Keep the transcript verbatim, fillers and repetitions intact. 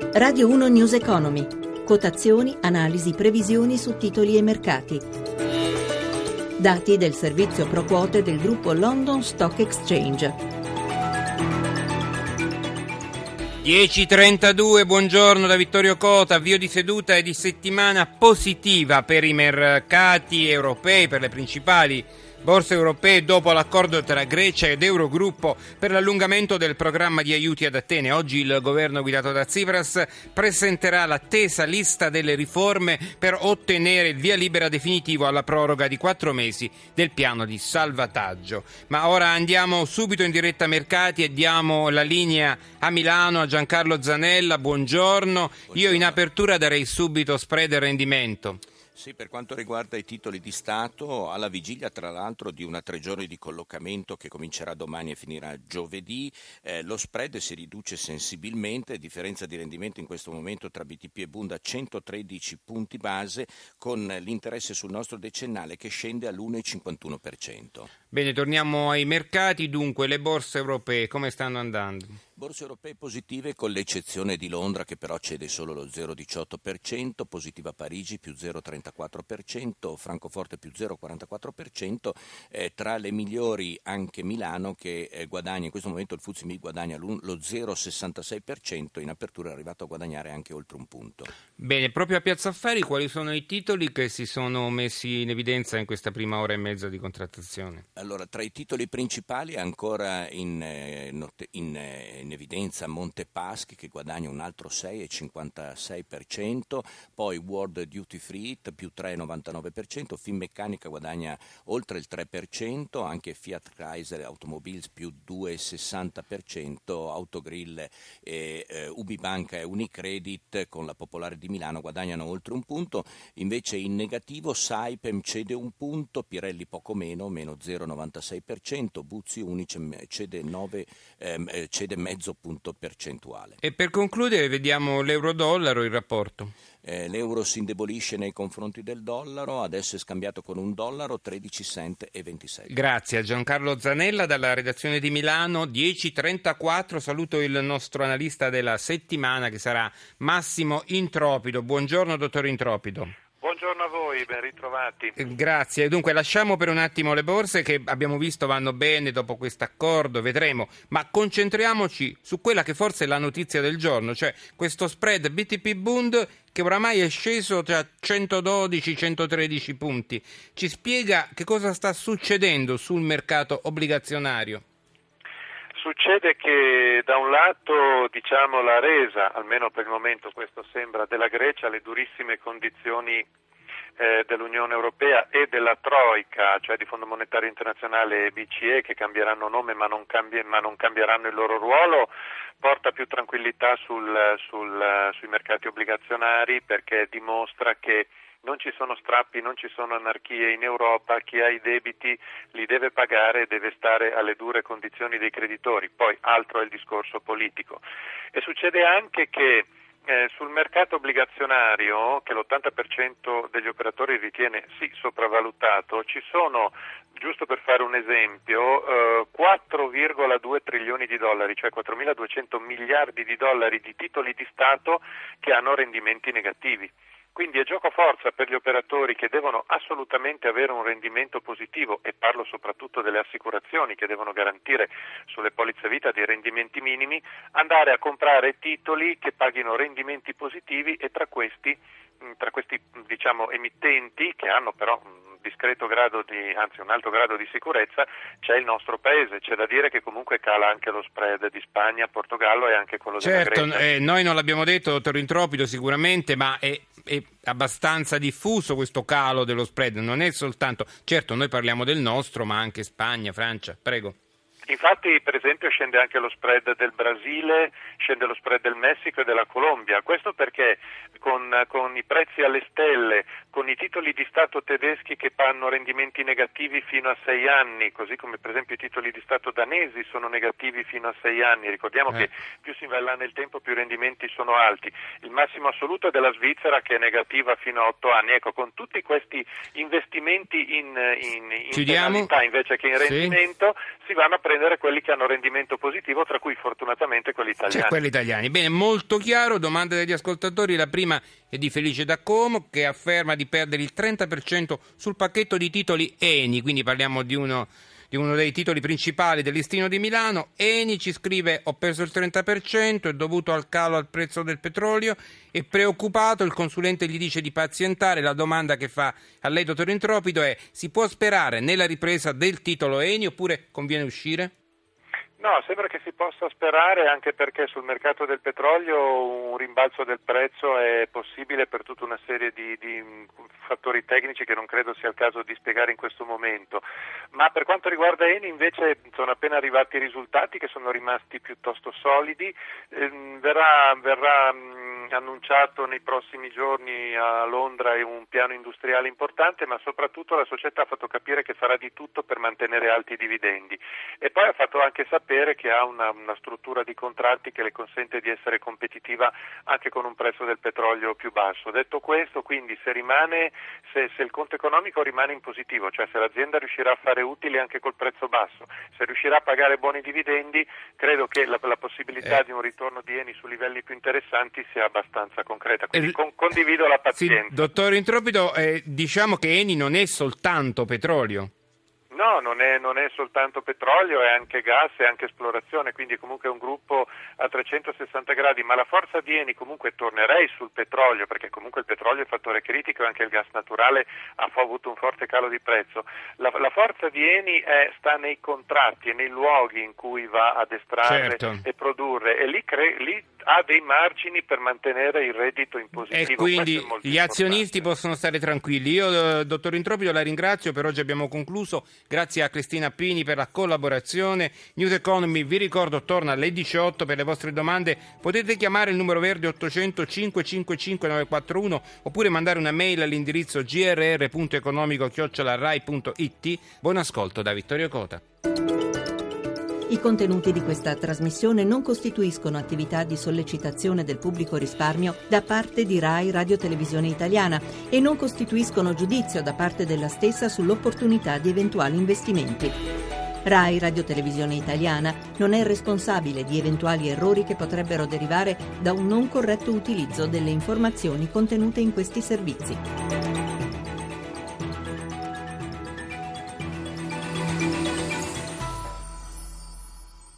Radio uno News Economy. Quotazioni, analisi, previsioni su titoli e mercati. Dati del servizio pro quote del gruppo London Stock Exchange. dieci e trentadue, buongiorno da Vittorio Cota. Avvio di seduta e di settimana positiva per i mercati europei, per le principali borse europee dopo l'accordo tra Grecia ed Eurogruppo per l'allungamento del programma di aiuti ad Atene. Oggi il governo guidato da Tsipras presenterà l'attesa lista delle riforme per ottenere il via libera definitivo alla proroga di quattro mesi del piano di salvataggio. Ma ora andiamo subito in diretta mercati e diamo la linea a Milano a Giancarlo Zanella. Buongiorno. Buongiorno. Io in apertura darei subito spread e rendimento. Sì, per quanto riguarda i titoli di Stato, alla vigilia tra l'altro di una tre giorni di collocamento che comincerà domani e finirà giovedì, eh, lo spread si riduce sensibilmente, differenza di rendimento in questo momento tra B T P e Bund a centotredici punti base, con l'interesse sul nostro decennale che scende all'uno virgola cinquantuno per cento. Bene, torniamo ai mercati. Dunque, le borse europee come stanno andando? Borse europee positive con l'eccezione di Londra che però cede solo lo zero virgola diciotto per cento, positiva Parigi più zero virgola trentaquattro per cento, Francoforte più zero virgola quarantaquattro per cento, eh, tra le migliori anche Milano che eh, guadagna, in questo momento il F T S E M I guadagna lo zero virgola sessantasei per cento, in apertura è arrivato a guadagnare anche oltre un punto. Bene, proprio a Piazza Affari quali sono i titoli che si sono messi in evidenza in questa prima ora e mezza di contrattazione? Allora, tra i titoli principali è ancora in, in, in, in evidenza Montepaschi che guadagna un altro sei virgola cinquantasei per cento, poi World Duty Free più tre virgola novantanove per cento, Finmeccanica guadagna oltre il tre per cento, anche Fiat Chrysler Automobiles più due virgola sessanta per cento, Autogrill, e, eh, Ubibanca e Unicredit con la Popolare di Milano guadagnano oltre un punto, invece in negativo Saipem cede un punto, Pirelli poco meno, meno zero virgola novantasei per cento, Buzzi Unicem cede, nove, ehm, cede mezzo punto percentuale. E per concludere vediamo l'euro-dollaro, il rapporto. Eh, l'euro si indebolisce nei confronti del dollaro, adesso è scambiato con un dollaro tredici cent e ventisei. Grazie a Giancarlo Zanella dalla redazione di Milano. Dieci e trentaquattro, saluto il nostro analista della settimana che sarà Massimo Intropido. Buongiorno dottor Intropido. Buongiorno a voi, ben ritrovati. Grazie. Dunque lasciamo per un attimo le borse che abbiamo visto vanno bene dopo questo accordo, vedremo, ma concentriamoci su quella che forse è la notizia del giorno, cioè questo spread B T P Bund che oramai è sceso tra centododici e centotredici punti. Ci spiega che cosa sta succedendo sul mercato obbligazionario? Succede che da un lato, diciamo, la resa, almeno per il momento questo sembra, della Grecia alle durissime condizioni eh, dell'Unione Europea e della Troika, cioè di Fondo Monetario Internazionale e B C E, che cambieranno nome ma non, cambi- ma non cambieranno il loro ruolo, porta più tranquillità sul, sul, sui mercati obbligazionari, perché dimostra che non ci sono strappi, non ci sono anarchie in Europa, chi ha i debiti li deve pagare e deve stare alle dure condizioni dei creditori, poi altro è il discorso politico. E succede anche che eh, sul mercato obbligazionario, che l'ottanta per cento degli operatori ritiene sì sopravvalutato, ci sono, giusto per fare un esempio, eh, quattro virgola due trilioni di dollari, cioè quattromiladuecento miliardi di dollari di titoli di Stato che hanno rendimenti negativi. Quindi è gioco forza per gli operatori che devono assolutamente avere un rendimento positivo, e parlo soprattutto delle assicurazioni che devono garantire sulle polizze vita dei rendimenti minimi, andare a comprare titoli che paghino rendimenti positivi, e tra questi, tra questi diciamo emittenti che hanno però un discreto grado di, anzi un alto grado di sicurezza, c'è il nostro paese. C'è da dire che comunque cala anche lo spread di Spagna, Portogallo e anche quello certo, della Grecia. Certo, eh, noi non l'abbiamo detto, dottor Intropido, sicuramente, ma è, è abbastanza diffuso questo calo dello spread, non è soltanto, certo noi parliamo del nostro, ma anche Spagna, Francia, prego. Infatti, per esempio, scende anche lo spread del Brasile, scende lo spread del Messico e della Colombia. Questo perché con, con i prezzi alle stelle, con i titoli di Stato tedeschi che fanno rendimenti negativi fino a sei anni, così come per esempio i titoli di Stato danesi sono negativi fino a sei anni. Ricordiamo eh. che più si va là nel tempo più i rendimenti sono alti. Il massimo assoluto è della Svizzera, che è negativa fino a otto anni. Ecco, con tutti questi investimenti in, in, in penalità invece che in rendimento, sì, si vanno a prendere mantenere quelli che hanno rendimento positivo, tra cui fortunatamente quelli italiani. Cioè quelli italiani. Bene, molto chiaro. Domande degli ascoltatori. La prima è di Felice da Como, che afferma di perdere il trenta per cento sul pacchetto di titoli Eni, quindi parliamo di uno di uno dei titoli principali del listino di Milano. Eni ci scrive: ho perso il trenta per cento, è dovuto al calo al prezzo del petrolio, è preoccupato, il consulente gli dice di pazientare. La domanda che fa a lei, dottor Intropido, è: si può sperare nella ripresa del titolo Eni oppure conviene uscire? No, sembra che si possa sperare, anche perché sul mercato del petrolio un rimbalzo del prezzo è possibile per tutta una serie di, di fattori tecnici che non credo sia il caso di spiegare in questo momento. Ma per quanto riguarda Eni invece sono appena arrivati i risultati che sono rimasti piuttosto solidi, ehm, verrà, verrà mh, annunciato nei prossimi giorni a Londra un piano industriale importante, ma soprattutto la società ha fatto capire che farà di tutto per mantenere alti i dividendi e poi ha fatto anche sapere che ha una, una struttura di contratti che le consente di essere competitiva anche con un prezzo del petrolio più basso. Detto questo, quindi se rimane se, se il conto economico rimane in positivo, cioè se l'azienda riuscirà a fare utili anche col prezzo basso, se riuscirà a pagare buoni dividendi, credo che la, la possibilità eh. di un ritorno di Eni su livelli più interessanti sia abbastanza concreta, quindi eh, con, condivido la pazienza. Sì, dottor Intropido, eh, diciamo che Eni non è soltanto petrolio. No, non è, non è soltanto petrolio, è anche gas, è anche esplorazione, quindi comunque è un gruppo a trecentosessanta gradi, ma la forza di Eni, comunque tornerei sul petrolio, perché comunque il petrolio è fattore critico e anche il gas naturale ha avuto un forte calo di prezzo. La, la forza di Eni è, sta nei contratti e nei luoghi in cui va ad estrarre certo. e produrre, e lì, cre, lì ha dei margini per mantenere il reddito in positivo. E quindi gli importante. azionisti possono stare tranquilli. Io, dottor Intropido, la ringrazio, per oggi abbiamo concluso. Grazie a Cristina Pini per la collaborazione. News Economy, vi ricordo, torna alle diciotto. Per le vostre domande potete chiamare il numero verde ottocento cinquecentocinquantacinque novecentoquarantuno oppure mandare una mail all'indirizzo grr punto economico chiocciola rai punto it. Buon ascolto da Vittorio Cota. I contenuti di questa trasmissione non costituiscono attività di sollecitazione del pubblico risparmio da parte di Rai Radio Televisione Italiana e non costituiscono giudizio da parte della stessa sull'opportunità di eventuali investimenti. Rai Radio Televisione Italiana non è responsabile di eventuali errori che potrebbero derivare da un non corretto utilizzo delle informazioni contenute in questi servizi.